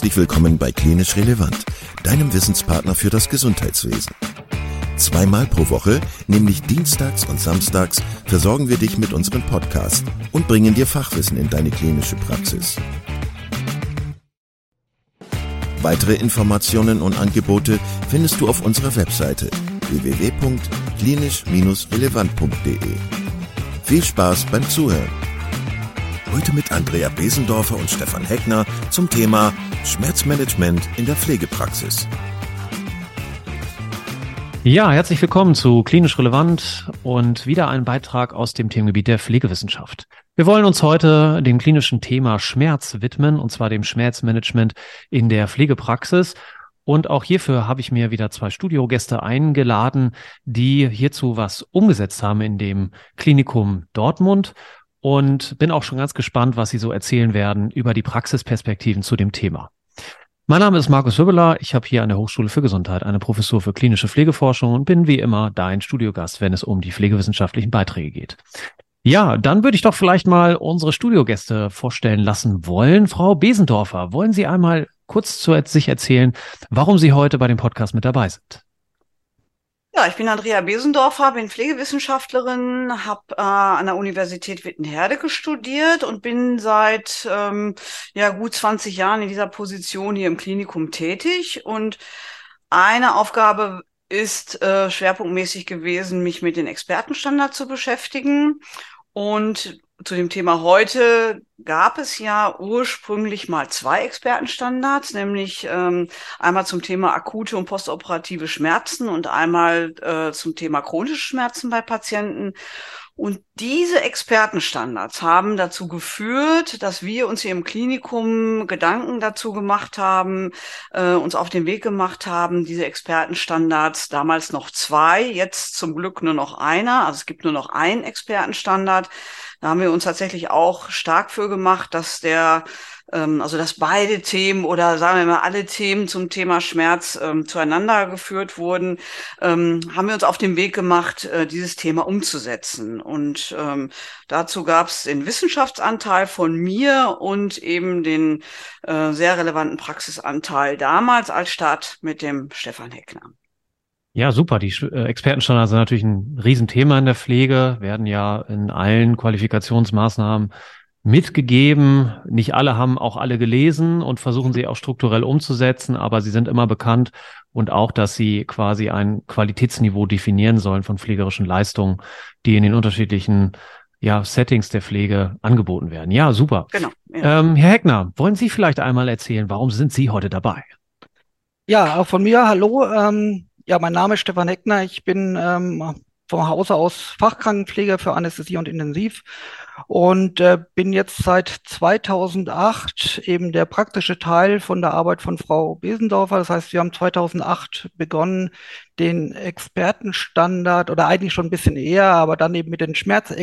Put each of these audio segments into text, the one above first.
Herzlich willkommen bei Klinisch Relevant, deinem Wissenspartner für das Gesundheitswesen. Zweimal pro Woche, nämlich dienstags und samstags, versorgen wir dich mit unserem Podcast und bringen dir Fachwissen in deine klinische Praxis. Weitere Informationen und Angebote findest du auf unserer Webseite www.klinisch-relevant.de. Viel Spaß beim Zuhören. Heute mit Andrea Besendorfer und Stefan Heckner zum Thema Schmerzmanagement in der Pflegepraxis. Ja, herzlich willkommen zu Klinisch Relevant und wieder ein Beitrag aus dem Themengebiet der Pflegewissenschaft. Wir wollen uns heute dem klinischen Thema Schmerz widmen, und zwar dem Schmerzmanagement in der Pflegepraxis. Und auch hierfür habe ich mir wieder zwei Studiogäste eingeladen, die hierzu was umgesetzt haben in dem Klinikum Dortmund. Und bin auch schon ganz gespannt, was Sie so erzählen werden über die Praxisperspektiven zu dem Thema. Mein Name ist Markus Hübbeler. Ich habe hier an der Hochschule für Gesundheit eine Professur für klinische Pflegeforschung und bin wie immer dein Studiogast, wenn es um die pflegewissenschaftlichen Beiträge geht. Ja, dann würde ich doch vielleicht mal unsere Studiogäste vorstellen lassen wollen. Frau Besendorfer, wollen Sie einmal kurz zu sich erzählen, warum Sie heute bei dem Podcast mit dabei sind? Ja, ich bin Andrea Besendorfer, bin Pflegewissenschaftlerin, habe an der Universität Wittenherdecke studiert und bin seit gut 20 Jahren in dieser Position hier im Klinikum tätig. Und eine Aufgabe ist schwerpunktmäßig gewesen, mich mit den Expertenstandards zu beschäftigen. Und zu dem Thema heute gab es ja ursprünglich mal zwei Expertenstandards, nämlich einmal zum Thema akute und postoperative Schmerzen und einmal zum Thema chronische Schmerzen bei Patienten. Und diese Expertenstandards haben dazu geführt, dass wir uns hier im Klinikum Gedanken dazu gemacht haben, uns auf den Weg gemacht haben, diese Expertenstandards, damals noch zwei, jetzt zum Glück nur noch einer, also es gibt nur noch einen Expertenstandard. Da haben wir uns tatsächlich auch stark für gemacht, dass dass beide Themen oder sagen wir mal alle Themen zum Thema Schmerz zueinander geführt wurden, haben wir uns auf den Weg gemacht, dieses Thema umzusetzen. Und dazu gab es den Wissenschaftsanteil von mir und eben den sehr relevanten Praxisanteil damals als Start mit dem Stefan Heckner. Ja, super. Die Expertenstandards sind natürlich ein Riesenthema in der Pflege, werden ja in allen Qualifikationsmaßnahmen mitgegeben. Nicht alle haben auch alle gelesen und versuchen sie auch strukturell umzusetzen, aber sie sind immer bekannt und auch, dass sie quasi ein Qualitätsniveau definieren sollen von pflegerischen Leistungen, die in den unterschiedlichen Settings der Pflege angeboten werden. Ja, super. Genau. Ja. Herr Heckner, wollen Sie vielleicht einmal erzählen, warum sind Sie heute dabei? Ja, auch von mir, hallo. Mein Name ist Stefan Heckner. Ich bin vom Hause aus Fachkrankenpfleger für Anästhesie und Intensiv und bin jetzt seit 2008 eben der praktische Teil von der Arbeit von Frau Besendorfer. Das heißt, wir haben 2008 begonnen, den Expertenstandard oder eigentlich schon ein bisschen eher, aber dann eben mit den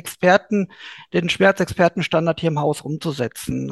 Schmerzexpertenstandard hier im Haus umzusetzen.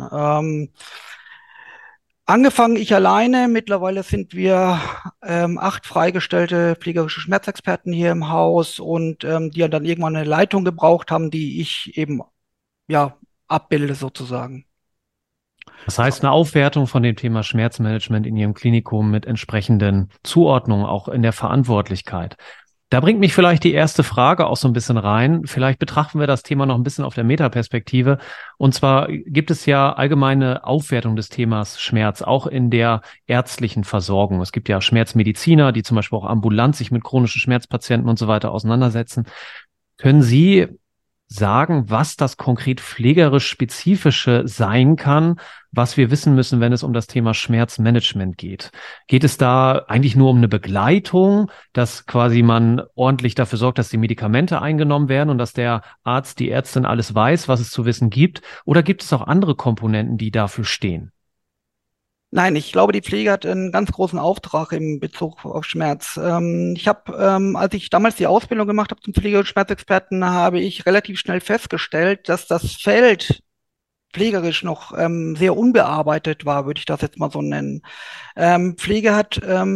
Angefangen ich alleine, mittlerweile sind wir 8 freigestellte pflegerische Schmerzexperten hier im Haus und die dann irgendwann eine Leitung gebraucht haben, die ich eben abbilde sozusagen. Das heißt, eine Aufwertung von dem Thema Schmerzmanagement in Ihrem Klinikum mit entsprechenden Zuordnungen, auch in der Verantwortlichkeit. Da bringt mich vielleicht die erste Frage auch so ein bisschen rein. Vielleicht betrachten wir das Thema noch ein bisschen auf der Metaperspektive. Und zwar gibt es ja allgemeine Aufwertung des Themas Schmerz, auch in der ärztlichen Versorgung. Es gibt ja Schmerzmediziner, die zum Beispiel auch ambulant sich mit chronischen Schmerzpatienten und so weiter auseinandersetzen. Können Sie sagen, was das konkret pflegerisch Spezifische sein kann, was wir wissen müssen, wenn es um das Thema Schmerzmanagement geht? Geht es da eigentlich nur um eine Begleitung, dass quasi man ordentlich dafür sorgt, dass die Medikamente eingenommen werden und dass der Arzt, die Ärztin alles weiß, was es zu wissen gibt? Oder gibt es auch andere Komponenten, die dafür stehen? Nein, ich glaube, die Pflege hat einen ganz großen Auftrag im Bezug auf Schmerz. Ich habe, als ich damals die Ausbildung gemacht habe zum Pflege- und Schmerzexperten, habe ich relativ schnell festgestellt, dass das Feld pflegerisch noch sehr unbearbeitet war, würde ich das jetzt mal so nennen. Pflege hat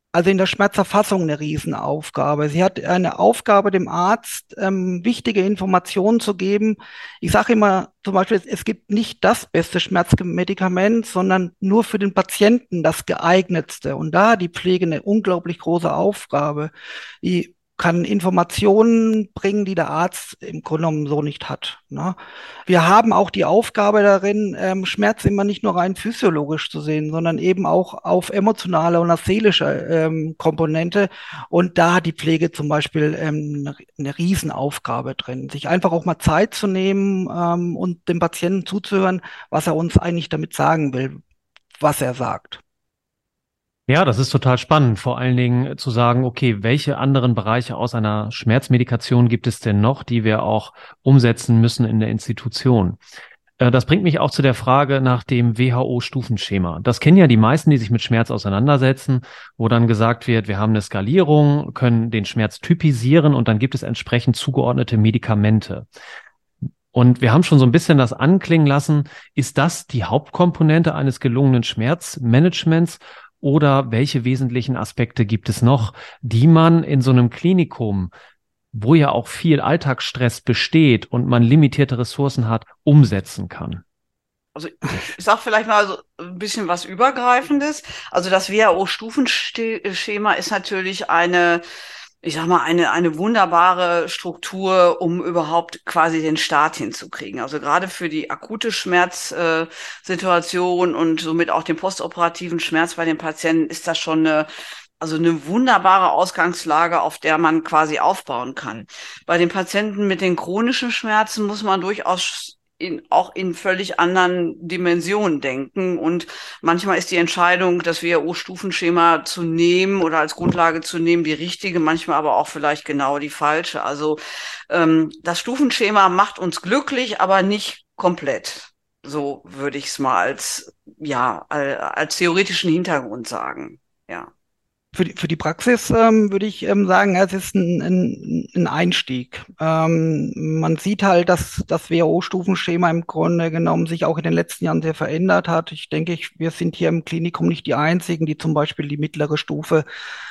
also in der Schmerzerfassung eine Riesenaufgabe. Sie hat eine Aufgabe, dem Arzt wichtige Informationen zu geben. Ich sage immer zum Beispiel, es gibt nicht das beste Schmerzmedikament, sondern nur für den Patienten das geeignetste. Und da hat die Pflege eine unglaublich große Aufgabe. Die kann Informationen bringen, die der Arzt im Grunde genommen so nicht hat. Ne? Wir haben auch die Aufgabe darin, Schmerz immer nicht nur rein physiologisch zu sehen, sondern eben auch auf emotionale und auf seelische Komponente. Und da hat die Pflege zum Beispiel eine Riesenaufgabe drin, sich einfach auch mal Zeit zu nehmen und dem Patienten zuzuhören, was er uns eigentlich damit sagen will, was er sagt. Ja, das ist total spannend, vor allen Dingen zu sagen, okay, welche anderen Bereiche aus einer Schmerzmedikation gibt es denn noch, die wir auch umsetzen müssen in der Institution? Das bringt mich auch zu der Frage nach dem WHO-Stufenschema. Das kennen ja die meisten, die sich mit Schmerz auseinandersetzen, wo dann gesagt wird, wir haben eine Skalierung, können den Schmerz typisieren und dann gibt es entsprechend zugeordnete Medikamente. Und wir haben schon so ein bisschen das anklingen lassen. Ist das die Hauptkomponente eines gelungenen Schmerzmanagements? Oder welche wesentlichen Aspekte gibt es noch, die man in so einem Klinikum, wo ja auch viel Alltagsstress besteht und man limitierte Ressourcen hat, umsetzen kann? Also ich sage vielleicht mal so ein bisschen was Übergreifendes. Also das WHO-Stufenschema ist natürlich ich sag mal, eine wunderbare Struktur, um überhaupt quasi den Start hinzukriegen. Also gerade für die akute Schmerzsituation und somit auch den postoperativen Schmerz bei den Patienten ist das schon eine wunderbare Ausgangslage, auf der man quasi aufbauen kann. Bei den Patienten mit den chronischen Schmerzen muss man durchaus auch in völlig anderen Dimensionen denken. Und manchmal ist die Entscheidung, das WHO-Stufenschema zu nehmen oder als Grundlage zu nehmen, die richtige, manchmal aber auch vielleicht genau die falsche. Also das Stufenschema macht uns glücklich, aber nicht komplett. So würde ich es mal als theoretischen Hintergrund sagen. Ja. Für die Praxis würde ich sagen, es ist ein Einstieg. Man sieht halt, dass das WHO-Stufenschema im Grunde genommen sich auch in den letzten Jahren sehr verändert hat. Ich denke, wir sind hier im Klinikum nicht die Einzigen, die zum Beispiel die mittlere Stufe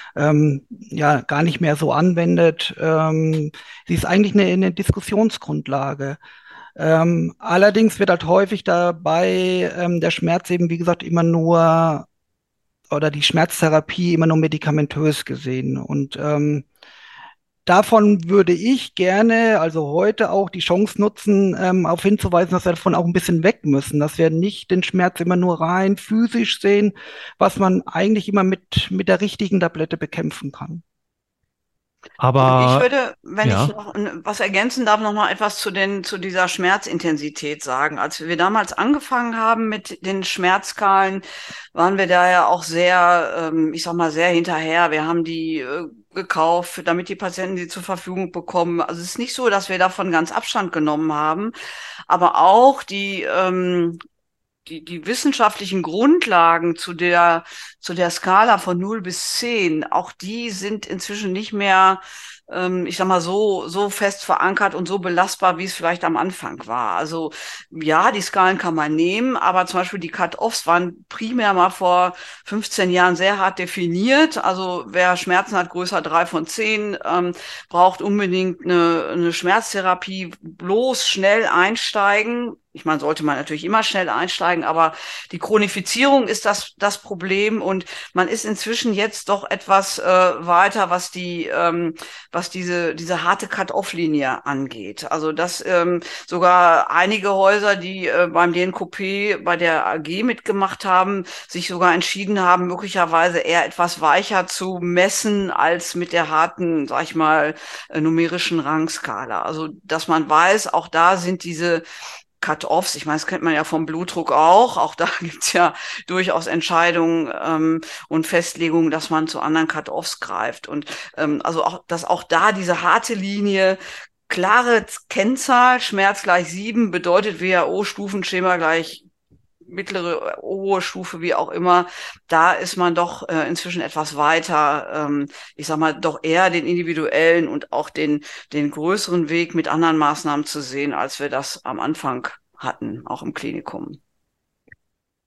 ja gar nicht mehr so anwendet. Sie ist eigentlich eine Diskussionsgrundlage. Allerdings wird halt häufig dabei der Schmerz eben, wie gesagt, immer nur oder die Schmerztherapie immer nur medikamentös gesehen. Und davon würde ich gerne, also heute auch die Chance nutzen, auf hinzuweisen, dass wir davon auch ein bisschen weg müssen, dass wir nicht den Schmerz immer nur rein physisch sehen, was man eigentlich immer mit der richtigen Tablette bekämpfen kann. Aber Ich würde, wenn ich ja, noch was ergänzen darf, noch mal etwas zu dieser Schmerzintensität sagen. Als wir damals angefangen haben mit den Schmerzskalen, waren wir da ja auch sehr, ich sag mal, sehr hinterher. Wir haben die gekauft, damit die Patienten die zur Verfügung bekommen. Also es ist nicht so, dass wir davon ganz Abstand genommen haben, aber auch die wissenschaftlichen Grundlagen zu der Skala von 0 bis 10, auch die sind inzwischen nicht mehr, ich sag mal, so fest verankert und so belastbar, wie es vielleicht am Anfang war. Also ja, die Skalen kann man nehmen, aber zum Beispiel die Cut-Offs waren primär mal vor 15 Jahren sehr hart definiert. Also wer Schmerzen hat, größer 3 von 10, braucht unbedingt eine Schmerztherapie, bloß schnell einsteigen. Ich meine, sollte man natürlich immer schnell einsteigen, aber die Chronifizierung ist das Problem und man ist inzwischen jetzt doch etwas weiter, was diese harte Cut-Off-Linie angeht. Also dass sogar einige Häuser, die beim DNKP bei der AG mitgemacht haben, sich sogar entschieden haben, möglicherweise eher etwas weicher zu messen als mit der harten, sag ich mal, numerischen Rangskala. Also dass man weiß, auch da sind diese Cut-Offs, ich meine, das kennt man ja vom Blutdruck auch. Auch da gibt's ja durchaus Entscheidungen und Festlegungen, dass man zu anderen Cut-Offs greift. Und also auch, dass auch da diese harte Linie, klare Kennzahl, Schmerz gleich 7, bedeutet WHO-Stufenschema gleich mittlere, hohe Stufe, wie auch immer, da ist man doch inzwischen etwas weiter, ich sag mal, doch eher den individuellen und auch den größeren Weg mit anderen Maßnahmen zu sehen, als wir das am Anfang hatten, auch im Klinikum.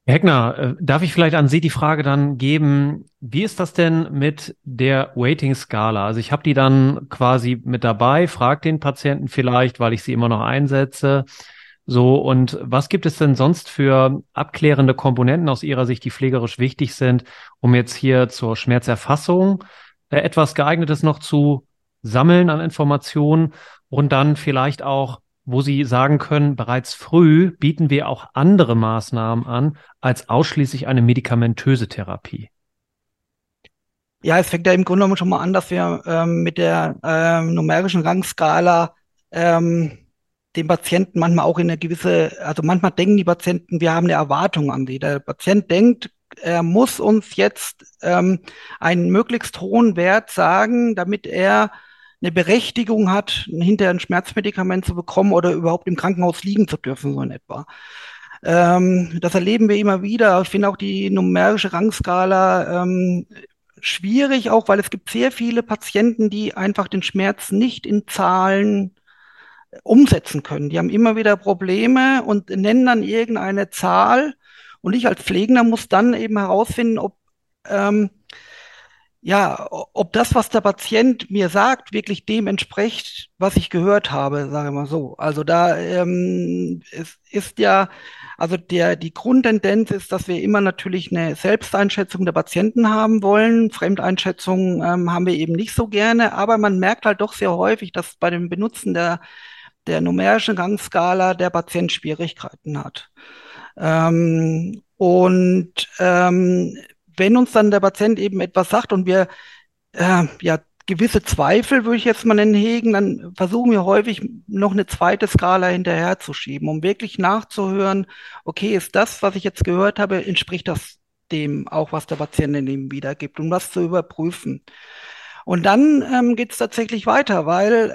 Herr Heckner, darf ich vielleicht an Sie die Frage dann geben, wie ist das denn mit der Rating-Skala? Also ich habe die dann quasi mit dabei, frage den Patienten vielleicht, weil ich sie immer noch einsetze. So, und was gibt es denn sonst für abklärende Komponenten aus Ihrer Sicht, die pflegerisch wichtig sind, um jetzt hier zur Schmerzerfassung etwas Geeignetes noch zu sammeln an Informationen und dann vielleicht auch, wo Sie sagen können, bereits früh bieten wir auch andere Maßnahmen an, als ausschließlich eine medikamentöse Therapie? Ja, es fängt ja im Grunde genommen schon mal an, dass wir mit der numerischen Rangskala ähm, den Patienten manchmal auch in eine gewisse, also manchmal denken die Patienten, wir haben eine Erwartung an sie. Der Patient denkt, er muss uns jetzt einen möglichst hohen Wert sagen, damit er eine Berechtigung hat, hinterher ein Schmerzmedikament zu bekommen oder überhaupt im Krankenhaus liegen zu dürfen, so in etwa. Das erleben wir immer wieder. Ich finde auch die numerische Rangskala schwierig, auch weil es gibt sehr viele Patienten, die einfach den Schmerz nicht in Zahlen umsetzen können. Die haben immer wieder Probleme und nennen dann irgendeine Zahl. Und ich als Pflegender muss dann eben herausfinden, ähm, ja, ob das, was der Patient mir sagt, wirklich dem entspricht, was ich gehört habe, sage ich mal so. Also da es ist ja, also die Grundtendenz ist, dass wir immer natürlich eine Selbsteinschätzung der Patienten haben wollen. Fremdeinschätzung haben wir eben nicht so gerne, aber man merkt halt doch sehr häufig, dass bei dem Benutzen der numerischen Gangskala der Patient Schwierigkeiten hat. Und wenn uns dann der Patient eben etwas sagt und wir ja gewisse Zweifel, würde ich jetzt mal nennen, hegen, dann versuchen wir häufig noch eine zweite Skala hinterherzuschieben, um wirklich nachzuhören, okay, ist das, was ich jetzt gehört habe, entspricht das dem auch, was der Patient in ihm wiedergibt, um das zu überprüfen. Und dann geht es tatsächlich weiter, weil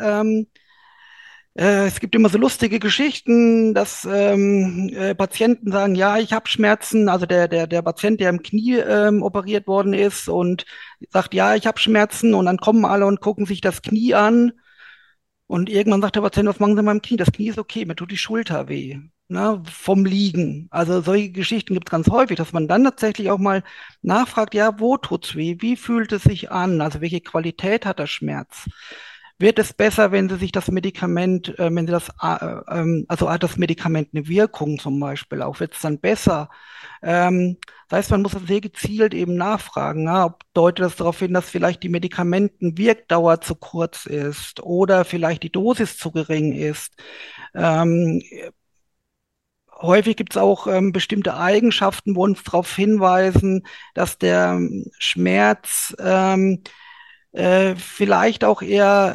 es gibt immer so lustige Geschichten, dass Patienten sagen, ja, ich habe Schmerzen. Also der Patient, der im Knie operiert worden ist und sagt, ja, ich habe Schmerzen. Und dann kommen alle und gucken sich das Knie an. Und irgendwann sagt der Patient, was machen Sie mit meinem Knie? Das Knie ist okay, mir tut die Schulter weh. Ne, vom Liegen. Also solche Geschichten gibt es ganz häufig, dass man dann tatsächlich auch mal nachfragt, ja, wo tut's weh? Wie fühlt es sich an? Also welche Qualität hat der Schmerz? Wird es besser, wenn Sie sich das Medikament, wenn Sie das, also hat das Medikament eine Wirkung zum Beispiel auch, wird es dann besser? Das heißt, man muss sehr gezielt eben nachfragen, ja, ob deutet das darauf hin, dass vielleicht die Medikamentenwirkdauer zu kurz ist oder vielleicht die Dosis zu gering ist. Ähm, Häufig gibt es auch bestimmte Eigenschaften, wo uns darauf hinweisen, dass der Schmerz vielleicht auch eher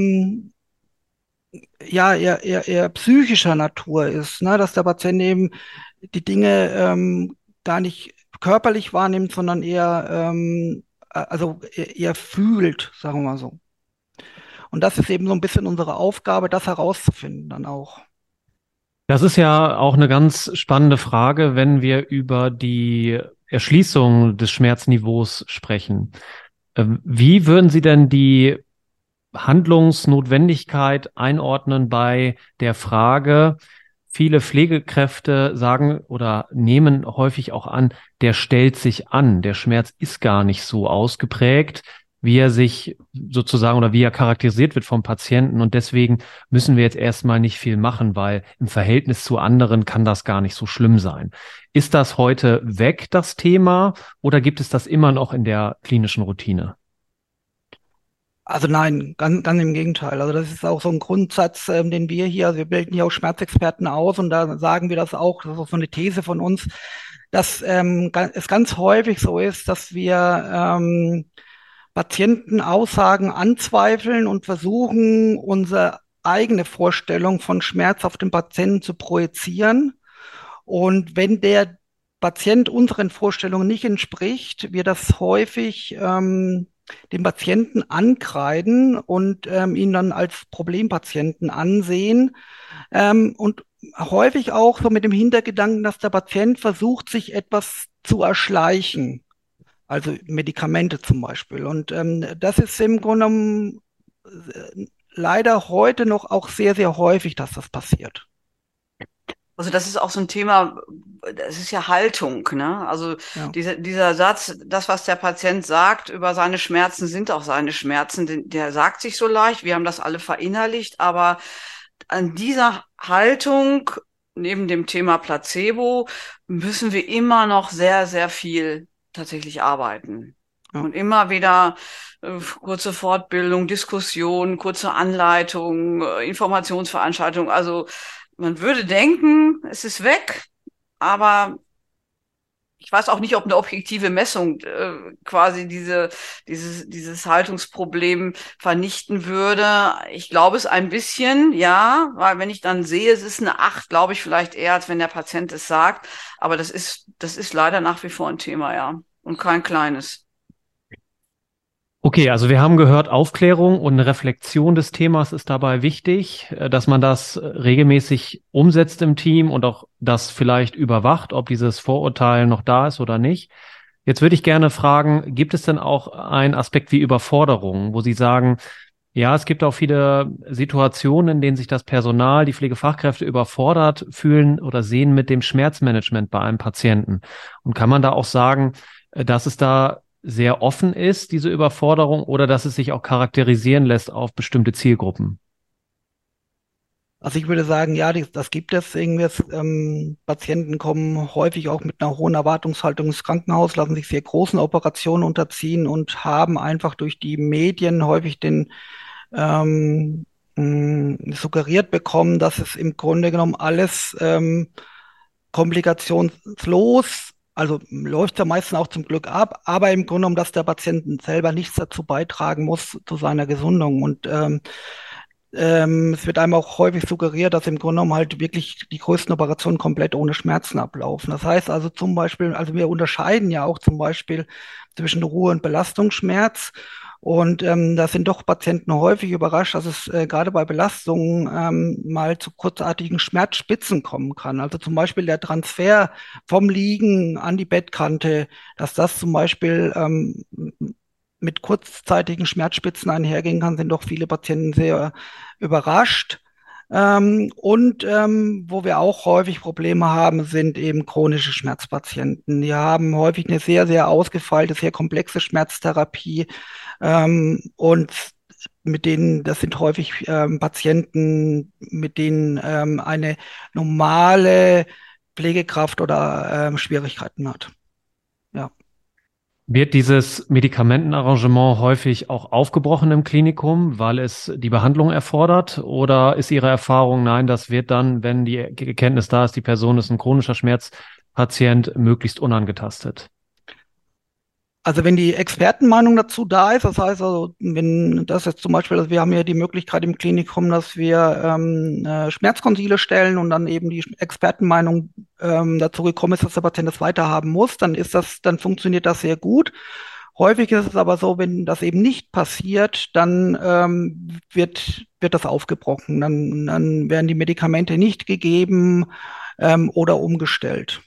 ja, eher psychischer Natur ist, ne? Dass der Patient eben die Dinge gar nicht körperlich wahrnimmt, sondern eher, also eher fühlt, sagen wir mal so. Und das ist eben so ein bisschen unsere Aufgabe, das herauszufinden dann auch. Das ist ja auch eine ganz spannende Frage, wenn wir über die Erschließung des Schmerzniveaus sprechen. Wie würden Sie denn die Handlungsnotwendigkeit einordnen bei der Frage, viele Pflegekräfte sagen oder nehmen häufig auch an, der stellt sich an, der Schmerz ist gar nicht so ausgeprägt, wie er sich sozusagen oder wie er charakterisiert wird vom Patienten. Und deswegen müssen wir jetzt erstmal nicht viel machen, weil im Verhältnis zu anderen kann das gar nicht so schlimm sein. Ist das heute weg, das Thema, oder gibt es das immer noch in der klinischen Routine? Also nein, ganz im Gegenteil. Also das ist auch so ein Grundsatz, den wir hier, also wir bilden hier auch Schmerzexperten aus und da sagen wir das auch, das ist auch so eine These von uns, dass es ganz häufig so ist, dass wir Patientenaussagen anzweifeln und versuchen, unsere eigene Vorstellung von Schmerz auf den Patienten zu projizieren. Und wenn der Patient unseren Vorstellungen nicht entspricht, wir das häufig den Patienten ankreiden und ihn dann als Problempatienten ansehen. Und häufig auch so mit dem Hintergedanken, dass der Patient versucht, sich etwas zu erschleichen. Also Medikamente zum Beispiel. Und das ist im Grunde genommen leider heute noch auch sehr, sehr häufig, dass das passiert. Also das ist auch so ein Thema, das ist ja Haltung, ne? Also Ja. dieser Satz, das, was der Patient sagt über seine Schmerzen, sind auch seine Schmerzen. Der sagt sich so leicht, wir haben das alle verinnerlicht, aber an dieser Haltung, neben dem Thema Placebo, müssen wir immer noch sehr, sehr viel tatsächlich arbeiten. Ja. Und immer wieder kurze Fortbildung, Diskussion, kurze Anleitung, Informationsveranstaltung. Also man würde denken, es ist weg, aber ich weiß auch nicht, ob eine objektive Messung quasi dieses Haltungsproblem vernichten würde. Ich glaube es ein bisschen, ja, weil wenn ich dann sehe, es ist eine 8, glaube ich vielleicht eher, als wenn der Patient es sagt. Aber das ist leider nach wie vor ein Thema, ja. Und kein kleines. Okay, also wir haben gehört, Aufklärung und eine Reflexion des Themas ist dabei wichtig, dass man das regelmäßig umsetzt im Team und auch das vielleicht überwacht, ob dieses Vorurteil noch da ist oder nicht. Jetzt würde ich gerne fragen, gibt es denn auch einen Aspekt wie Überforderung, wo Sie sagen, ja, es gibt auch viele Situationen, in denen sich das Personal, die Pflegefachkräfte überfordert fühlen oder sehen mit dem Schmerzmanagement bei einem Patienten. Und kann man da auch sagen, dass es da sehr offen ist, diese Überforderung, oder dass es sich auch charakterisieren lässt auf bestimmte Zielgruppen? Also ich würde sagen, ja, das gibt es. Patienten kommen häufig auch mit einer hohen Erwartungshaltung ins Krankenhaus, lassen sich sehr großen Operationen unterziehen und haben einfach durch die Medien häufig suggeriert bekommen, dass es im Grunde genommen alles komplikationslos, also läuft ja meistens auch zum Glück ab, aber im Grunde genommen, dass der Patient selber nichts dazu beitragen muss zu seiner Gesundung. Und es wird einem auch häufig suggeriert, dass im Grunde genommen halt wirklich die größten Operationen komplett ohne Schmerzen ablaufen. Das heißt also zum Beispiel, also wir unterscheiden ja auch zum Beispiel zwischen Ruhe- und Belastungsschmerz. Und da sind doch Patienten häufig überrascht, dass es gerade bei Belastungen mal zu kurzartigen Schmerzspitzen kommen kann. Also zum Beispiel der Transfer vom Liegen an die Bettkante, dass das zum Beispiel mit kurzzeitigen Schmerzspitzen einhergehen kann, sind doch viele Patienten sehr überrascht. Wo wir auch häufig Probleme haben, sind eben chronische Schmerzpatienten. Die haben häufig eine sehr, sehr ausgefeilte, sehr komplexe Schmerztherapie. Und mit denen, das sind häufig Patienten, mit denen eine normale Pflegekraft oder Schwierigkeiten hat. Ja. Wird dieses Medikamentenarrangement häufig auch aufgebrochen im Klinikum, weil es die Behandlung erfordert? Oder ist Ihre Erfahrung, nein, das wird dann, wenn die Erkenntnis da ist, die Person ist ein chronischer Schmerzpatient, möglichst unangetastet? Also wenn die Expertenmeinung dazu da ist, das heißt also, wenn das jetzt zum Beispiel, also wir haben ja die Möglichkeit im Klinikum, dass wir Schmerzkonsile stellen und dann eben die Expertenmeinung dazu gekommen ist, dass der Patient das weiterhaben muss, dann funktioniert das sehr gut. Häufig ist es aber so, wenn das eben nicht passiert, dann wird das aufgebrochen. Dann werden die Medikamente nicht gegeben oder umgestellt.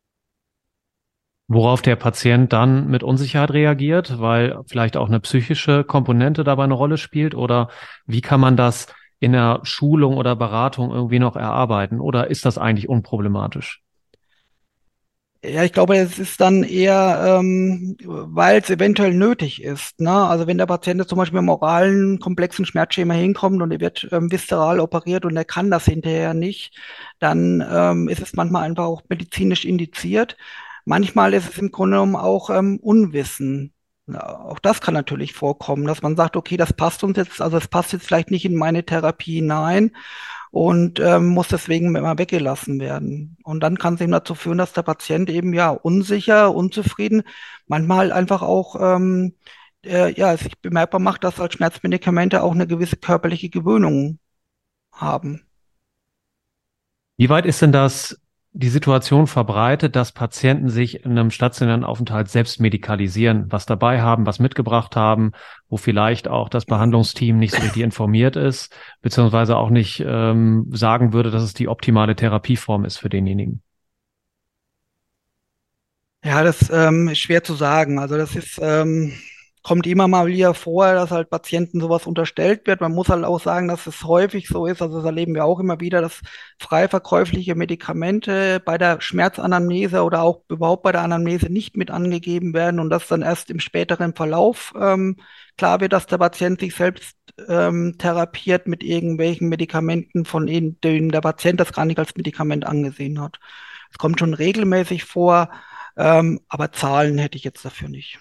Worauf der Patient dann mit Unsicherheit reagiert, weil vielleicht auch eine psychische Komponente dabei eine Rolle spielt? Oder wie kann man das in der Schulung oder Beratung irgendwie noch erarbeiten? Oder ist das eigentlich unproblematisch? Ja, ich glaube, es ist dann eher, weil es eventuell nötig ist. Ne? Also wenn der Patient jetzt zum Beispiel mit einem oralen, komplexen Schmerzschema hinkommt und er wird viszeral operiert und er kann das hinterher nicht, dann ist es manchmal einfach auch medizinisch indiziert. Manchmal ist es im Grunde genommen auch Unwissen. Ja, auch das kann natürlich vorkommen, dass man sagt, okay, das passt uns jetzt, also es passt jetzt vielleicht nicht in meine Therapie hinein und muss deswegen immer weggelassen werden. Und dann kann es eben dazu führen, dass der Patient eben ja unsicher, unzufrieden, manchmal einfach auch sich bemerkbar macht, dass halt Schmerzmedikamente auch eine gewisse körperliche Gewöhnung haben. Wie weit ist denn die Situation verbreitet, dass Patienten sich in einem stationären Aufenthalt selbst medikalisieren, was dabei haben, was mitgebracht haben, wo vielleicht auch das Behandlungsteam nicht so richtig informiert ist, beziehungsweise auch nicht sagen würde, dass es die optimale Therapieform ist für denjenigen? Ja, das ist schwer zu sagen. Also das ist kommt immer mal wieder vor, dass halt Patienten sowas unterstellt wird. Man muss halt auch sagen, dass es häufig so ist, also das erleben wir auch immer wieder, dass frei verkäufliche Medikamente bei der Schmerzanamnese oder auch überhaupt bei der Anamnese nicht mit angegeben werden und dass dann erst im späteren Verlauf klar wird, dass der Patient sich selbst therapiert mit irgendwelchen Medikamenten, von denen der Patient das gar nicht als Medikament angesehen hat. Es kommt schon regelmäßig vor, aber Zahlen hätte ich jetzt dafür nicht.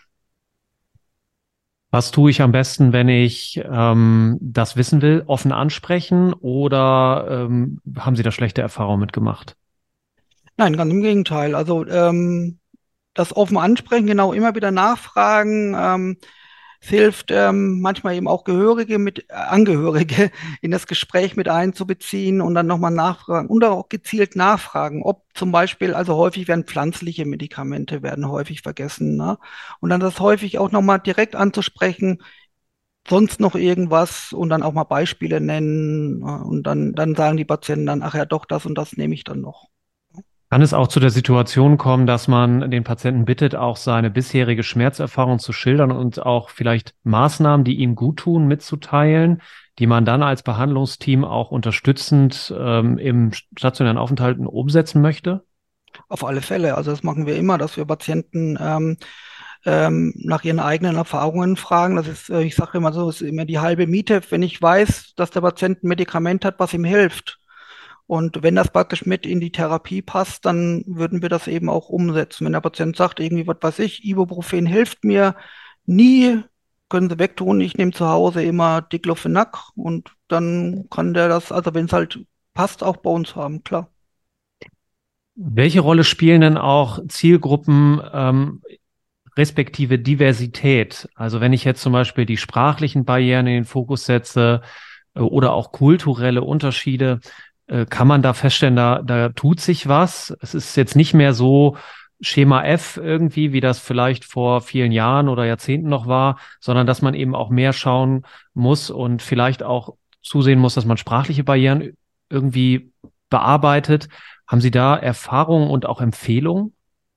Was tue ich am besten, wenn ich das wissen will? Offen ansprechen oder haben Sie da schlechte Erfahrungen mitgemacht? Nein, ganz im Gegenteil. Also das offen ansprechen, genau immer wieder nachfragen. Es hilft manchmal eben auch Angehörige in das Gespräch mit einzubeziehen und dann nochmal nachfragen und auch gezielt nachfragen, ob zum Beispiel, also häufig werden pflanzliche Medikamente werden häufig vergessen, ne? Und dann das häufig auch nochmal direkt anzusprechen, sonst noch irgendwas und dann auch mal Beispiele nennen, und dann sagen die Patienten dann, ach ja, doch, das und das nehme ich dann noch. Kann es auch zu der Situation kommen, dass man den Patienten bittet, auch seine bisherige Schmerzerfahrung zu schildern und auch vielleicht Maßnahmen, die ihm gut tun, mitzuteilen, die man dann als Behandlungsteam auch unterstützend im stationären Aufenthalten umsetzen möchte? Auf alle Fälle. Also das machen wir immer, dass wir Patienten nach ihren eigenen Erfahrungen fragen. Das ist, ich sage immer so, ist immer die halbe Miete, wenn ich weiß, dass der Patient ein Medikament hat, was ihm hilft. Und wenn das praktisch mit in die Therapie passt, dann würden wir das eben auch umsetzen. Wenn der Patient sagt, irgendwie, was weiß ich, Ibuprofen hilft mir nie, können Sie wegtun, ich nehme zu Hause immer Diclofenac und dann kann der das, also wenn es halt passt, auch bei uns haben, klar. Welche Rolle spielen denn auch Zielgruppen respektive Diversität? Also wenn ich jetzt zum Beispiel die sprachlichen Barrieren in den Fokus setze oder auch kulturelle Unterschiede, kann man da feststellen, da tut sich was. Es ist jetzt nicht mehr so Schema F irgendwie, wie das vielleicht vor vielen Jahren oder Jahrzehnten noch war, sondern dass man eben auch mehr schauen muss und vielleicht auch zusehen muss, dass man sprachliche Barrieren irgendwie bearbeitet. Haben Sie da Erfahrungen und auch Empfehlungen?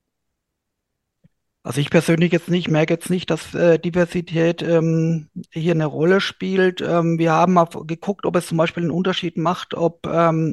Also ich persönlich jetzt nicht, merke jetzt nicht, dass Diversität hier eine Rolle spielt. Wir haben mal geguckt, ob es zum Beispiel einen Unterschied macht, ob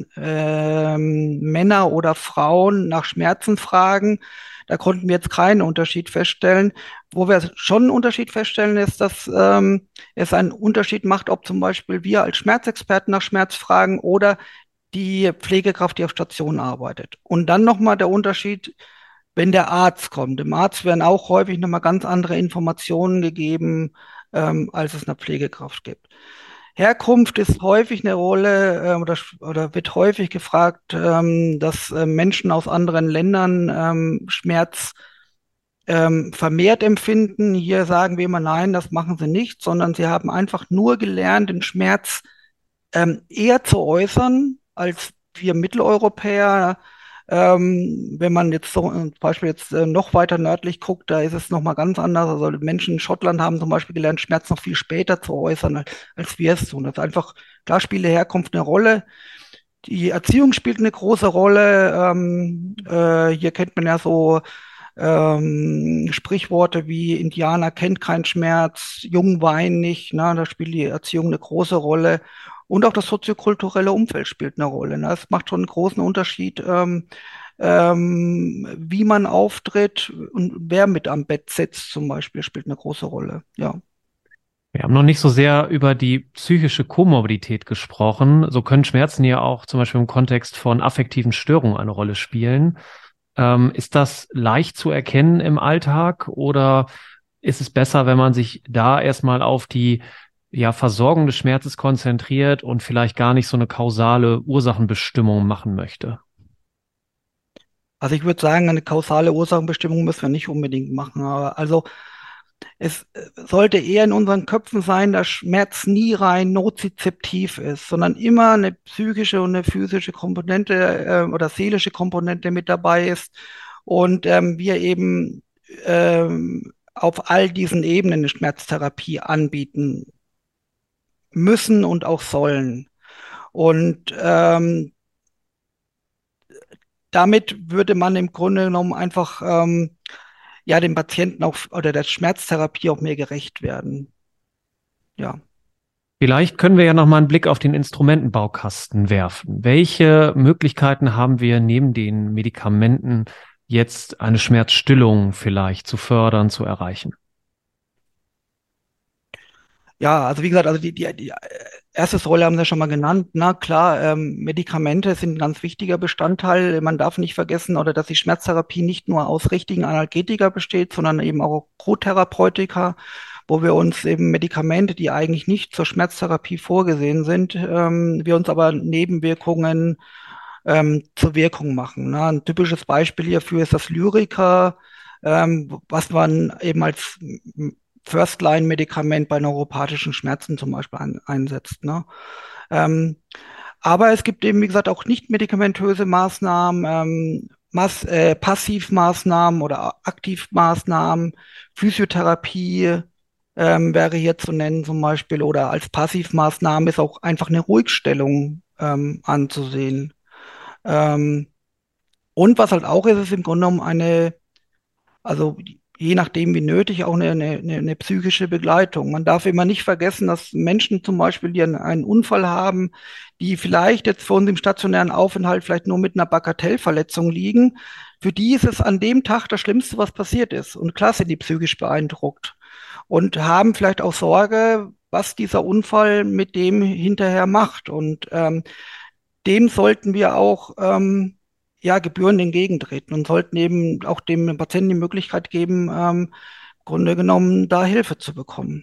Männer oder Frauen nach Schmerzen fragen. Da konnten wir jetzt keinen Unterschied feststellen. Wo wir schon einen Unterschied feststellen, ist, dass es einen Unterschied macht, ob zum Beispiel wir als Schmerzexperten nach Schmerz fragen oder die Pflegekraft, die auf Station arbeitet. Und dann nochmal der Unterschied, wenn der Arzt kommt. Dem Arzt werden auch häufig nochmal ganz andere Informationen gegeben, als es einer Pflegekraft gibt. Herkunft ist häufig eine Rolle oder wird häufig gefragt, dass Menschen aus anderen Ländern Schmerz vermehrt empfinden. Hier sagen wir immer, nein, das machen sie nicht, sondern sie haben einfach nur gelernt, den Schmerz eher zu äußern als wir Mitteleuropäer. Wenn man jetzt so, zum Beispiel jetzt noch weiter nördlich guckt, da ist es nochmal ganz anders. Also die Menschen in Schottland haben zum Beispiel gelernt, Schmerz noch viel später zu äußern, als wir es tun. Das ist einfach, klar spielt die Herkunft eine Rolle. Die Erziehung spielt eine große Rolle. Hier kennt man ja so Sprichworte wie Indianer kennt keinen Schmerz, Jung weinen nicht, ne? Da spielt die Erziehung eine große Rolle. Und auch das soziokulturelle Umfeld spielt eine Rolle. Ne? Es macht schon einen großen Unterschied, wie man auftritt und wer mit am Bett sitzt, zum Beispiel, spielt eine große Rolle. Ja. Wir haben noch nicht so sehr über die psychische Komorbidität gesprochen. So können Schmerzen ja auch zum Beispiel im Kontext von affektiven Störungen eine Rolle spielen. Ist das leicht zu erkennen im Alltag oder ist es besser, wenn man sich da erstmal auf die Versorgung des Schmerzes konzentriert und vielleicht gar nicht so eine kausale Ursachenbestimmung machen möchte? Also ich würde sagen, eine kausale Ursachenbestimmung müssen wir nicht unbedingt machen. Aber also es sollte eher in unseren Köpfen sein, dass Schmerz nie rein nozizeptiv ist, sondern immer eine psychische und eine physische Komponente oder seelische Komponente mit dabei ist und wir eben auf all diesen Ebenen eine Schmerztherapie anbieten müssen und auch sollen. Und damit würde man im Grunde genommen einfach ja dem Patienten auch oder der Schmerztherapie auch mehr gerecht werden. Ja. Vielleicht können wir ja noch mal einen Blick auf den Instrumentenbaukasten werfen. Welche Möglichkeiten haben wir neben den Medikamenten jetzt eine Schmerzstillung vielleicht zu fördern, zu erreichen? Ja, also wie gesagt, also die erste Säule haben Sie ja schon mal genannt. Na klar, Medikamente sind ein ganz wichtiger Bestandteil. Man darf nicht vergessen, oder dass die Schmerztherapie nicht nur aus richtigen Analgetika besteht, sondern eben auch Protherapeutika, wo wir uns eben Medikamente, die eigentlich nicht zur Schmerztherapie vorgesehen sind, wir uns aber Nebenwirkungen zur Wirkung machen. Ne? Ein typisches Beispiel hierfür ist das Lyrica, was man eben als First-Line-Medikament bei neuropathischen Schmerzen zum Beispiel einsetzt. Ne? Ähm, aber es gibt eben, wie gesagt, auch nicht medikamentöse Maßnahmen, Passivmaßnahmen oder Aktivmaßnahmen, Physiotherapie wäre hier zu nennen zum Beispiel, oder als Passivmaßnahme ist auch einfach eine Ruhigstellung anzusehen. Ähm, und was halt auch ist, ist im Grunde genommen also je nachdem wie nötig, auch eine psychische Begleitung. Man darf immer nicht vergessen, dass Menschen zum Beispiel, die einen Unfall haben, die vielleicht jetzt vor uns im stationären Aufenthalt vielleicht nur mit einer Bagatellverletzung liegen, für die ist es an dem Tag das Schlimmste, was passiert ist. Und klar sind die psychisch beeindruckt und haben vielleicht auch Sorge, was dieser Unfall mit dem hinterher macht. Und dem sollten wir auch ja, gebührend entgegentreten und sollten eben auch dem Patienten die Möglichkeit geben, im Grunde genommen da Hilfe zu bekommen.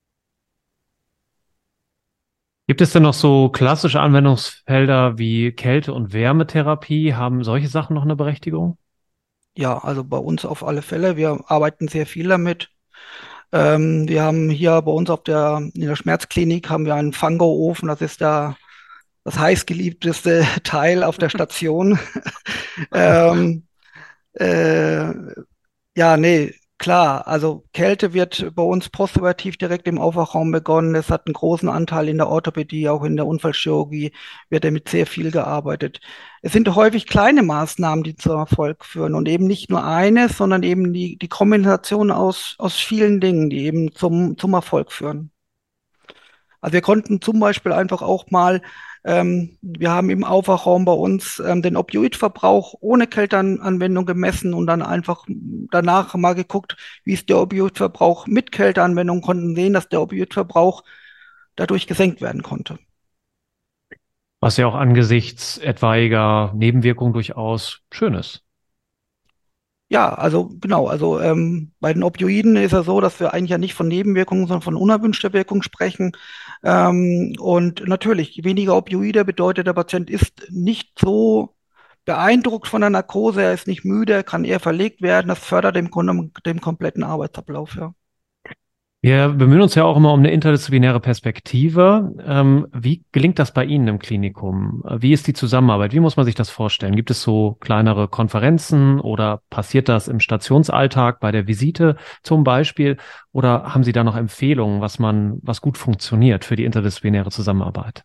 Gibt es denn noch so klassische Anwendungsfelder wie Kälte- und Wärmetherapie? Haben solche Sachen noch eine Berechtigung? Ja, also bei uns auf alle Fälle. Wir arbeiten sehr viel damit. Wir haben hier bei uns in der Schmerzklinik haben wir einen Fango-Ofen. Das ist das heißgeliebteste Teil auf der Station. ähm, äh, ja, nee, klar. Also Kälte wird bei uns postoperativ direkt im Aufwachraum begonnen. Es hat einen großen Anteil in der Orthopädie, auch in der Unfallchirurgie wird damit sehr viel gearbeitet. Es sind häufig kleine Maßnahmen, die zum Erfolg führen und eben nicht nur eines, sondern eben die Kombination aus vielen Dingen, die eben zum Erfolg führen. Also wir konnten zum Beispiel einfach auch mal, wir haben im Aufwachraum bei uns den Opioidverbrauch ohne Kälteanwendung gemessen und dann einfach danach mal geguckt, wie ist der Opioidverbrauch mit Kälteanwendung, konnten sehen, dass der Opioidverbrauch dadurch gesenkt werden konnte. Was ja auch angesichts etwaiger Nebenwirkungen durchaus schön ist. Ja, also genau, also bei den Opioiden ist ja so, dass wir eigentlich ja nicht von Nebenwirkungen, sondern von unerwünschter Wirkung sprechen. Und natürlich, je weniger Opioide bedeutet, der Patient ist nicht so beeindruckt von der Narkose, er ist nicht müde, er kann eher verlegt werden. Das fördert im Grunde genommen den kompletten Arbeitsablauf, ja. Wir bemühen uns ja auch immer um eine interdisziplinäre Perspektive. Wie gelingt das bei Ihnen im Klinikum? Wie ist die Zusammenarbeit? Wie muss man sich das vorstellen? Gibt es so kleinere Konferenzen oder passiert das im Stationsalltag bei der Visite zum Beispiel? Oder haben Sie da noch Empfehlungen, was gut funktioniert für die interdisziplinäre Zusammenarbeit?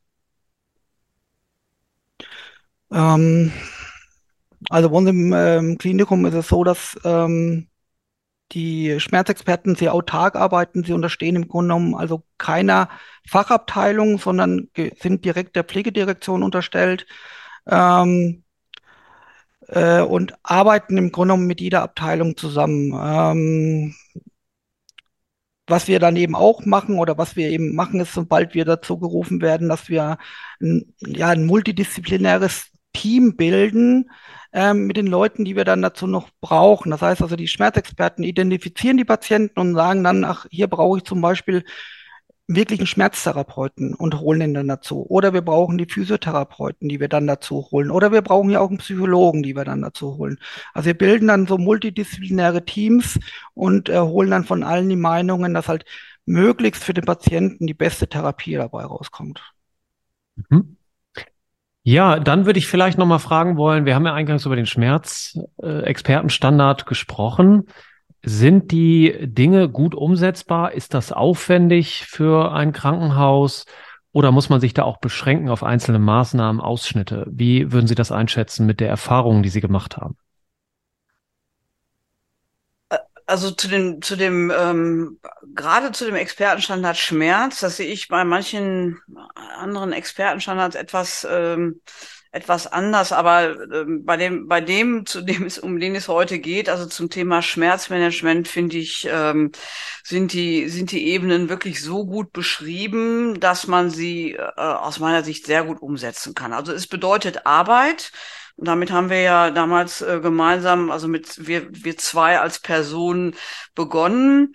Ähm, also bei uns im Klinikum ist es so, dass die Schmerzexperten sehr autark arbeiten. Sie unterstehen im Grunde genommen also keiner Fachabteilung, sondern sind direkt der Pflegedirektion unterstellt und arbeiten im Grunde genommen mit jeder Abteilung zusammen. Was wir dann eben auch machen oder was wir eben machen, ist, sobald wir dazu gerufen werden, dass wir ja, ein multidisziplinäres Team bilden mit den Leuten, die wir dann dazu noch brauchen. Das heißt also, die Schmerzexperten identifizieren die Patienten und sagen dann, ach, hier brauche ich zum Beispiel wirklich einen Schmerztherapeuten und holen ihn dann dazu. Oder wir brauchen die Physiotherapeuten, die wir dann dazu holen. Oder wir brauchen ja auch einen Psychologen, die wir dann dazu holen. Also wir bilden dann so multidisziplinäre Teams und holen dann von allen die Meinungen, dass halt möglichst für den Patienten die beste Therapie dabei rauskommt. Mhm. Ja, dann würde ich vielleicht noch mal fragen wollen, wir haben ja eingangs über den Schmerzexpertenstandard gesprochen. Sind die Dinge gut umsetzbar? Ist das aufwendig für ein Krankenhaus? Oder muss man sich da auch beschränken auf einzelne Maßnahmen, Ausschnitte? Wie würden Sie das einschätzen mit der Erfahrung, die Sie gemacht haben? Also gerade zu dem Expertenstandard Schmerz, das sehe ich bei manchen anderen Expertenstandards etwas anders, aber um den es heute geht, also zum Thema Schmerzmanagement, finde ich, sind die Ebenen wirklich so gut beschrieben, dass man sie aus meiner Sicht sehr gut umsetzen kann. Also es bedeutet Arbeit. Und damit haben wir ja damals gemeinsam, also wir zwei als Personen begonnen.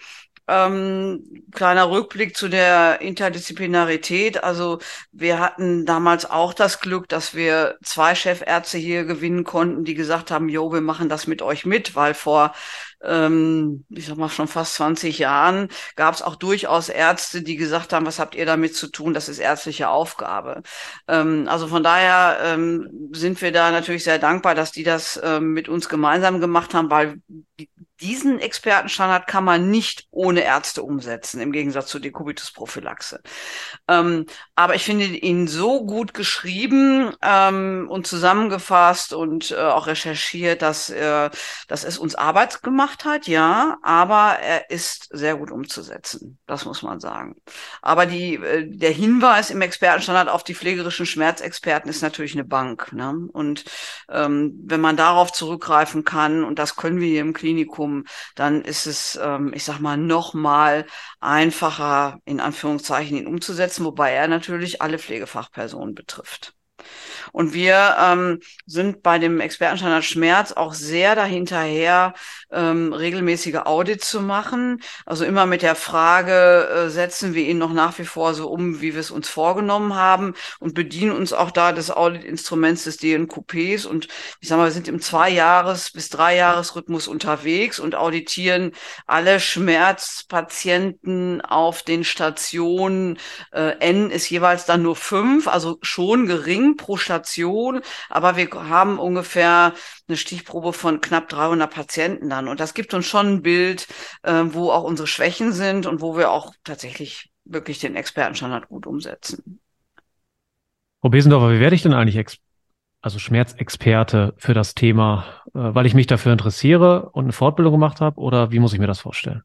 Kleiner Rückblick zu der Interdisziplinarität. Also wir hatten damals auch das Glück, dass wir zwei Chefärzte hier gewinnen konnten, die gesagt haben, jo, wir machen das mit euch mit, weil vor ich sag mal schon fast 20 Jahren gab es auch durchaus Ärzte, die gesagt haben, was habt ihr damit zu tun? Das ist ärztliche Aufgabe. Also von daher sind wir da natürlich sehr dankbar, dass die das mit uns gemeinsam gemacht haben, weil diesen Expertenstandard kann man nicht ohne Ärzte umsetzen, im Gegensatz zur Dekubitusprophylaxe. Aber ich finde ihn so gut geschrieben und zusammengefasst und auch recherchiert, dass es uns Arbeit gemacht hat, ja, aber er ist sehr gut umzusetzen, das muss man sagen. Aber der Hinweis im Expertenstandard auf die pflegerischen Schmerzexperten ist natürlich eine Bank, ne? Und wenn man darauf zurückgreifen kann, und das können wir hier im Klinikum, dann ist es, ich sag mal, noch mal einfacher, in Anführungszeichen, ihn umzusetzen, wobei er natürlich alle Pflegefachpersonen betrifft. Und wir sind bei dem Expertenstandard Schmerz auch sehr dahinterher, regelmäßige Audits zu machen. Also immer mit der Frage, setzen wir ihn noch nach wie vor so um, wie wir es uns vorgenommen haben, und bedienen uns auch da des Audit-Instruments des DNQPs. Und ich sag mal, wir sind im 2-Jahres- bis 3-Jahres-Rhythmus unterwegs und auditieren alle Schmerzpatienten auf den Stationen. N ist jeweils dann nur 5, also schon gering pro Station, aber wir haben ungefähr eine Stichprobe von knapp 300 Patienten dann. Und das gibt uns schon ein Bild, wo auch unsere Schwächen sind und wo wir auch tatsächlich wirklich den Expertenstandard gut umsetzen. Frau Besendorfer, wie werde ich denn eigentlich Schmerzexperte für das Thema, weil ich mich dafür interessiere und eine Fortbildung gemacht habe, oder wie muss ich mir das vorstellen?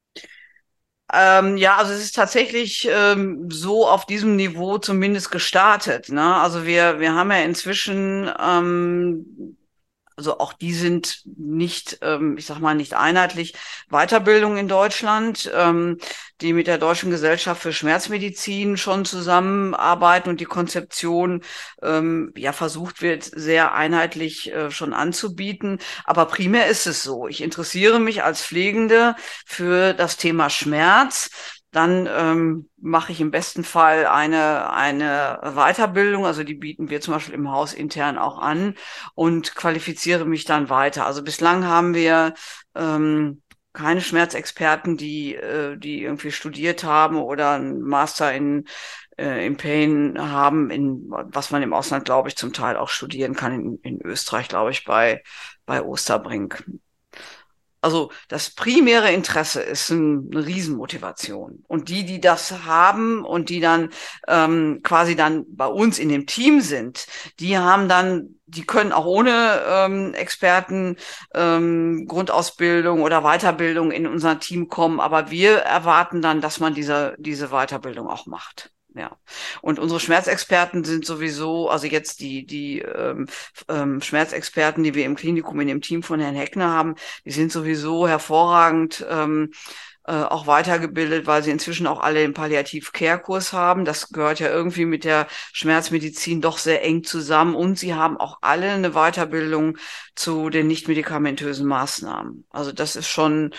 Ja, also es ist tatsächlich so auf diesem Niveau zumindest gestartet, ne? Also wir haben ja inzwischen, also auch die sind nicht, ich sag mal, nicht einheitlich, Weiterbildung in Deutschland, die mit der Deutschen Gesellschaft für Schmerzmedizin schon zusammenarbeiten und die Konzeption ja versucht wird, sehr einheitlich schon anzubieten. Aber primär ist es so. Ich interessiere mich als Pflegende für das Thema Schmerz. Dann mache ich im besten Fall eine Weiterbildung, also die bieten wir zum Beispiel im Haus intern auch an, und qualifiziere mich dann weiter. Also bislang haben wir keine Schmerzexperten, die irgendwie studiert haben oder einen Master in Pain haben, was man im Ausland, glaube ich, zum Teil auch studieren kann, in Österreich, glaube ich, bei Osterbrink. Also das primäre Interesse ist eine Riesenmotivation. Und die das haben und die dann quasi dann bei uns in dem Team sind, die können auch ohne Experten Grundausbildung oder Weiterbildung in unser Team kommen. Aber wir erwarten dann, dass man diese Weiterbildung auch macht. Ja. Und unsere Schmerzexperten sind sowieso, also jetzt die Schmerzexperten, die wir im Klinikum in dem Team von Herrn Heckner haben, die sind sowieso hervorragend auch weitergebildet, weil sie inzwischen auch alle den Palliativ-Care-Kurs haben. Das gehört ja irgendwie mit der Schmerzmedizin doch sehr eng zusammen. Und sie haben auch alle eine Weiterbildung zu den nichtmedikamentösen Maßnahmen. Also das ist schon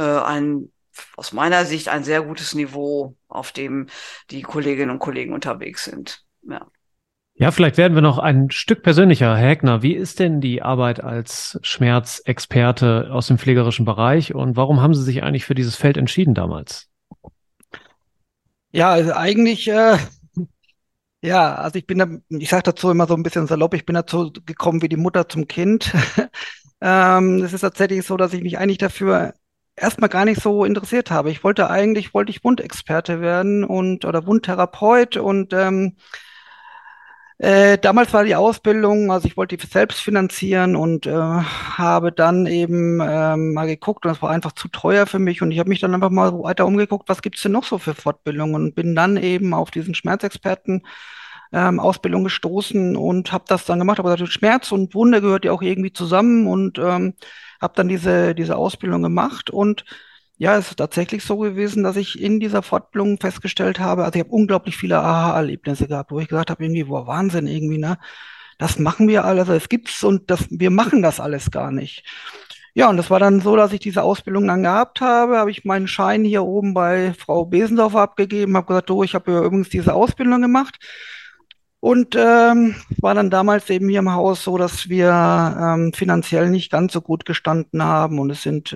aus meiner Sicht ein sehr gutes Niveau, auf dem die Kolleginnen und Kollegen unterwegs sind. Ja. Ja, vielleicht werden wir noch ein Stück persönlicher. Herr Heckner, wie ist denn die Arbeit als Schmerzexperte aus dem pflegerischen Bereich und warum haben Sie sich eigentlich für dieses Feld entschieden damals? Ja, also eigentlich, ja, also ich sage dazu immer so ein bisschen salopp, ich bin dazu gekommen wie die Mutter zum Kind. Es ist tatsächlich so, dass ich mich eigentlich dafür erstmal gar nicht so interessiert habe. Wollte ich Wundexperte werden oder Wundtherapeut und Damals war die Ausbildung, also ich wollte die selbst finanzieren und habe dann eben mal geguckt und es war einfach zu teuer für mich und ich habe mich dann einfach mal weiter umgeguckt, was gibt's denn noch so für Fortbildungen und bin dann eben auf diesen Schmerzexperten Ausbildung gestoßen und habe das dann gemacht. Aber gesagt, Schmerz und Wunde gehört ja auch irgendwie zusammen und habe dann diese Ausbildung gemacht und ja, es ist tatsächlich so gewesen, dass ich in dieser Fortbildung festgestellt habe, also ich habe unglaublich viele Aha-Erlebnisse gehabt, wo ich gesagt habe, irgendwie, boah, Wahnsinn, irgendwie, ne? Das machen wir alles, also es gibt's und wir machen das alles gar nicht. Ja, und das war dann so, dass ich diese Ausbildung dann gehabt habe ich meinen Schein hier oben bei Frau Besendorfer abgegeben, habe gesagt, oh, ich habe ja übrigens diese Ausbildung gemacht. Und war dann damals eben hier im Haus so, dass wir finanziell nicht ganz so gut gestanden haben und es sind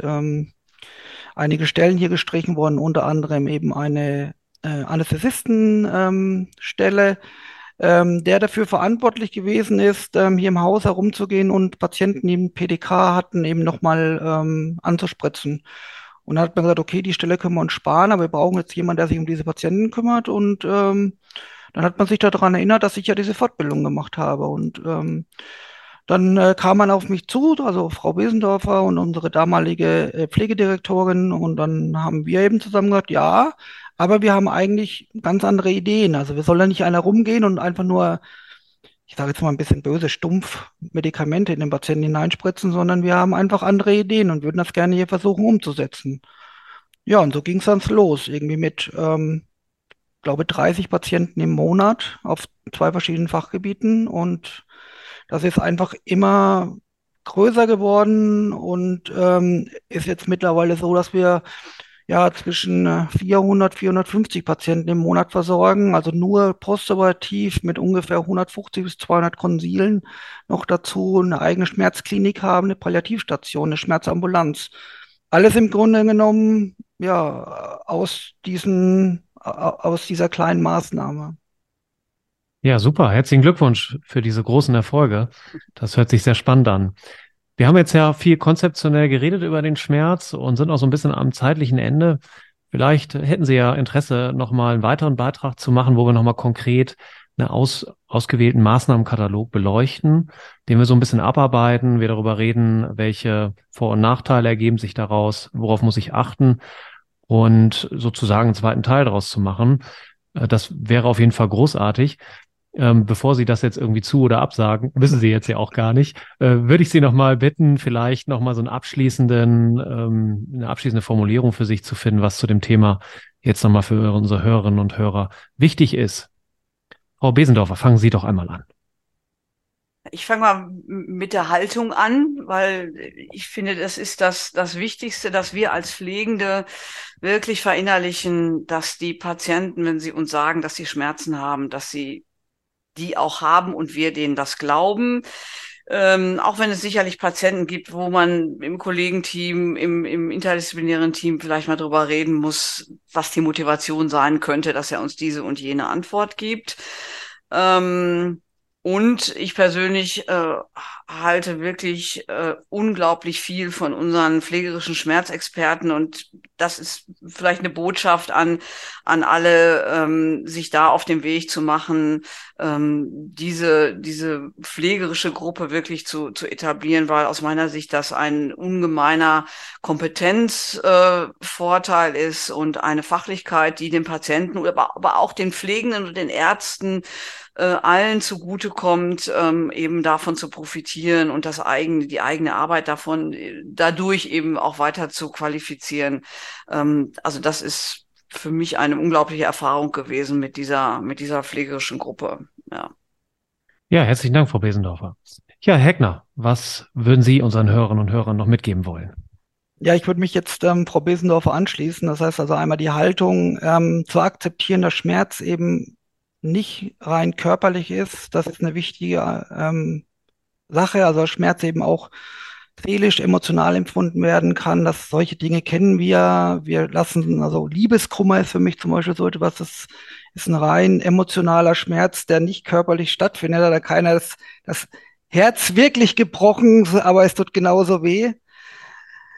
einige Stellen hier gestrichen worden, unter anderem eben eine Anästhesisten Stelle, der dafür verantwortlich gewesen ist, hier im Haus herumzugehen und Patienten, die einen PDK hatten, eben nochmal anzuspritzen. Und dann hat man gesagt, okay, die Stelle können wir uns sparen, aber wir brauchen jetzt jemanden, der sich um diese Patienten kümmert. Und dann hat man sich daran erinnert, dass ich ja diese Fortbildung gemacht habe. Und dann kam man auf mich zu, also Frau Besendorfer und unsere damalige Pflegedirektorin. Und dann haben wir eben zusammen gesagt, ja, aber wir haben eigentlich ganz andere Ideen. Also wir sollen ja nicht einer rumgehen und einfach nur, ich sage jetzt mal ein bisschen böse, stumpf Medikamente in den Patienten hineinspritzen, sondern wir haben einfach andere Ideen und würden das gerne hier versuchen umzusetzen. Ja, und so ging es dann los, irgendwie mit, glaube 30 Patienten im Monat auf 2 verschiedenen Fachgebieten und das ist einfach immer größer geworden und ist jetzt mittlerweile so, dass wir ja zwischen 400, 450 Patienten im Monat versorgen, also nur postoperativ mit ungefähr 150 bis 200 Konsilen, noch dazu eine eigene Schmerzklinik haben, eine Palliativstation, eine Schmerzambulanz. Alles im Grunde genommen, ja, aus dieser kleinen Maßnahme. Ja, super. Herzlichen Glückwunsch für diese großen Erfolge. Das hört sich sehr spannend an. Wir haben jetzt ja viel konzeptionell geredet über den Schmerz und sind auch so ein bisschen am zeitlichen Ende. Vielleicht hätten Sie ja Interesse, nochmal einen weiteren Beitrag zu machen, wo wir nochmal konkret einen ausgewählten Maßnahmenkatalog beleuchten, den wir so ein bisschen abarbeiten, wir darüber reden, welche Vor- und Nachteile ergeben sich daraus, worauf muss ich achten und sozusagen einen zweiten Teil daraus zu machen. Das wäre auf jeden Fall großartig. Bevor Sie das jetzt irgendwie zu- oder absagen, wissen Sie jetzt ja auch gar nicht, würde ich Sie nochmal bitten, vielleicht nochmal so eine abschließende Formulierung für sich zu finden, was zu dem Thema jetzt nochmal für unsere Hörerinnen und Hörer wichtig ist. Frau Besendorfer, fangen Sie doch einmal an. Ich fange mal mit der Haltung an, weil ich finde, das ist das Wichtigste, dass wir als Pflegende wirklich verinnerlichen, dass die Patienten, wenn sie uns sagen, dass sie Schmerzen haben, dass sie die auch haben und wir denen das glauben. Auch wenn es sicherlich Patienten gibt, wo man im Kollegenteam, im interdisziplinären Team vielleicht mal drüber reden muss, was die Motivation sein könnte, dass er uns diese und jene Antwort gibt. Und ich persönlich halte wirklich unglaublich viel von unseren pflegerischen Schmerzexperten und das ist vielleicht eine Botschaft an alle, sich da auf den Weg zu machen, diese pflegerische Gruppe wirklich zu etablieren, weil aus meiner Sicht das ein ungemeiner Kompetenzvorteil ist und eine Fachlichkeit, die den Patienten, aber auch den Pflegenden und den Ärzten allen zugutekommt, eben davon zu profitieren und die eigene Arbeit dadurch eben auch weiter zu qualifizieren. Also das ist für mich eine unglaubliche Erfahrung gewesen mit dieser pflegerischen Gruppe. Ja. Ja, herzlichen Dank, Frau Besendorfer. Ja, Herr Heckner, was würden Sie unseren Hörerinnen und Hörern noch mitgeben wollen? Ja, ich würde mich jetzt Frau Besendorfer anschließen. Das heißt also einmal die Haltung zu akzeptieren, dass Schmerz eben nicht rein körperlich ist. Das ist eine wichtige Sache. Also Schmerz eben auch seelisch, emotional empfunden werden kann. Dass solche Dinge kennen wir. Wir lassen, also Liebeskummer ist für mich zum Beispiel so etwas, das ist ein rein emotionaler Schmerz, der nicht körperlich stattfindet. Da hat keiner das Herz wirklich gebrochen, aber es tut genauso weh.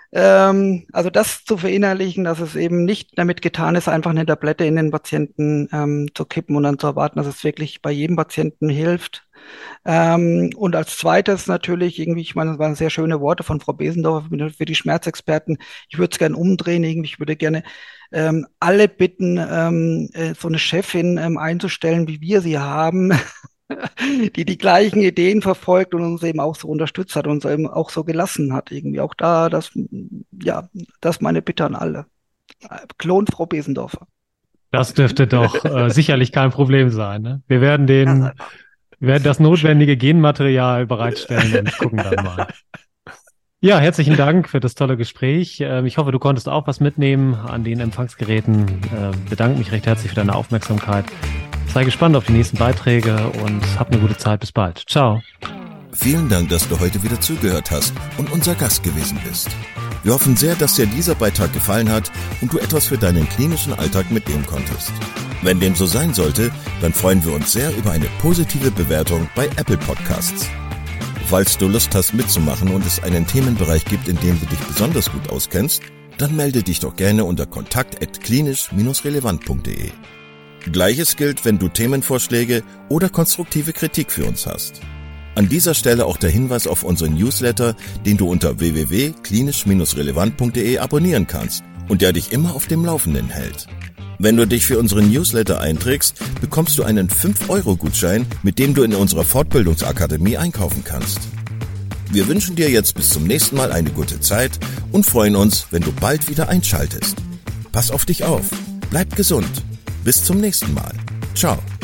Also das zu verinnerlichen, dass es eben nicht damit getan ist, einfach eine Tablette in den Patienten zu kippen und dann zu erwarten, dass es wirklich bei jedem Patienten hilft. Und als zweites natürlich irgendwie, ich meine, das waren sehr schöne Worte von Frau Besendorfer für die Schmerzexperten. Ich würde es gerne umdrehen, irgendwie, ich würde gerne alle bitten, so eine Chefin einzustellen, wie wir sie haben, die die gleichen Ideen verfolgt und uns eben auch so unterstützt hat, uns eben auch so gelassen hat. Irgendwie auch da, ja, das meine Bitte an alle. Klon Frau Besendorfer. Das dürfte doch sicherlich kein Problem sein. Ne? Wir werden das notwendige Genmaterial bereitstellen und gucken dann mal. Ja, herzlichen Dank für das tolle Gespräch. Ich hoffe, du konntest auch was mitnehmen an den Empfangsgeräten. Bedanke mich recht herzlich für deine Aufmerksamkeit. Sei gespannt auf die nächsten Beiträge und hab eine gute Zeit. Bis bald. Ciao. Vielen Dank, dass du heute wieder zugehört hast und unser Gast gewesen bist. Wir hoffen sehr, dass dir dieser Beitrag gefallen hat und du etwas für deinen klinischen Alltag mitnehmen konntest. Wenn dem so sein sollte, dann freuen wir uns sehr über eine positive Bewertung bei Apple Podcasts. Falls du Lust hast mitzumachen und es einen Themenbereich gibt, in dem du dich besonders gut auskennst, dann melde dich doch gerne unter kontakt@klinisch-relevant.de. Gleiches gilt, wenn du Themenvorschläge oder konstruktive Kritik für uns hast. An dieser Stelle auch der Hinweis auf unseren Newsletter, den du unter www.klinisch-relevant.de abonnieren kannst und der dich immer auf dem Laufenden hält. Wenn du dich für unseren Newsletter einträgst, bekommst du einen 5-Euro-Gutschein, mit dem du in unserer Fortbildungsakademie einkaufen kannst. Wir wünschen dir jetzt bis zum nächsten Mal eine gute Zeit und freuen uns, wenn du bald wieder einschaltest. Pass auf dich auf, bleib gesund. Bis zum nächsten Mal. Ciao.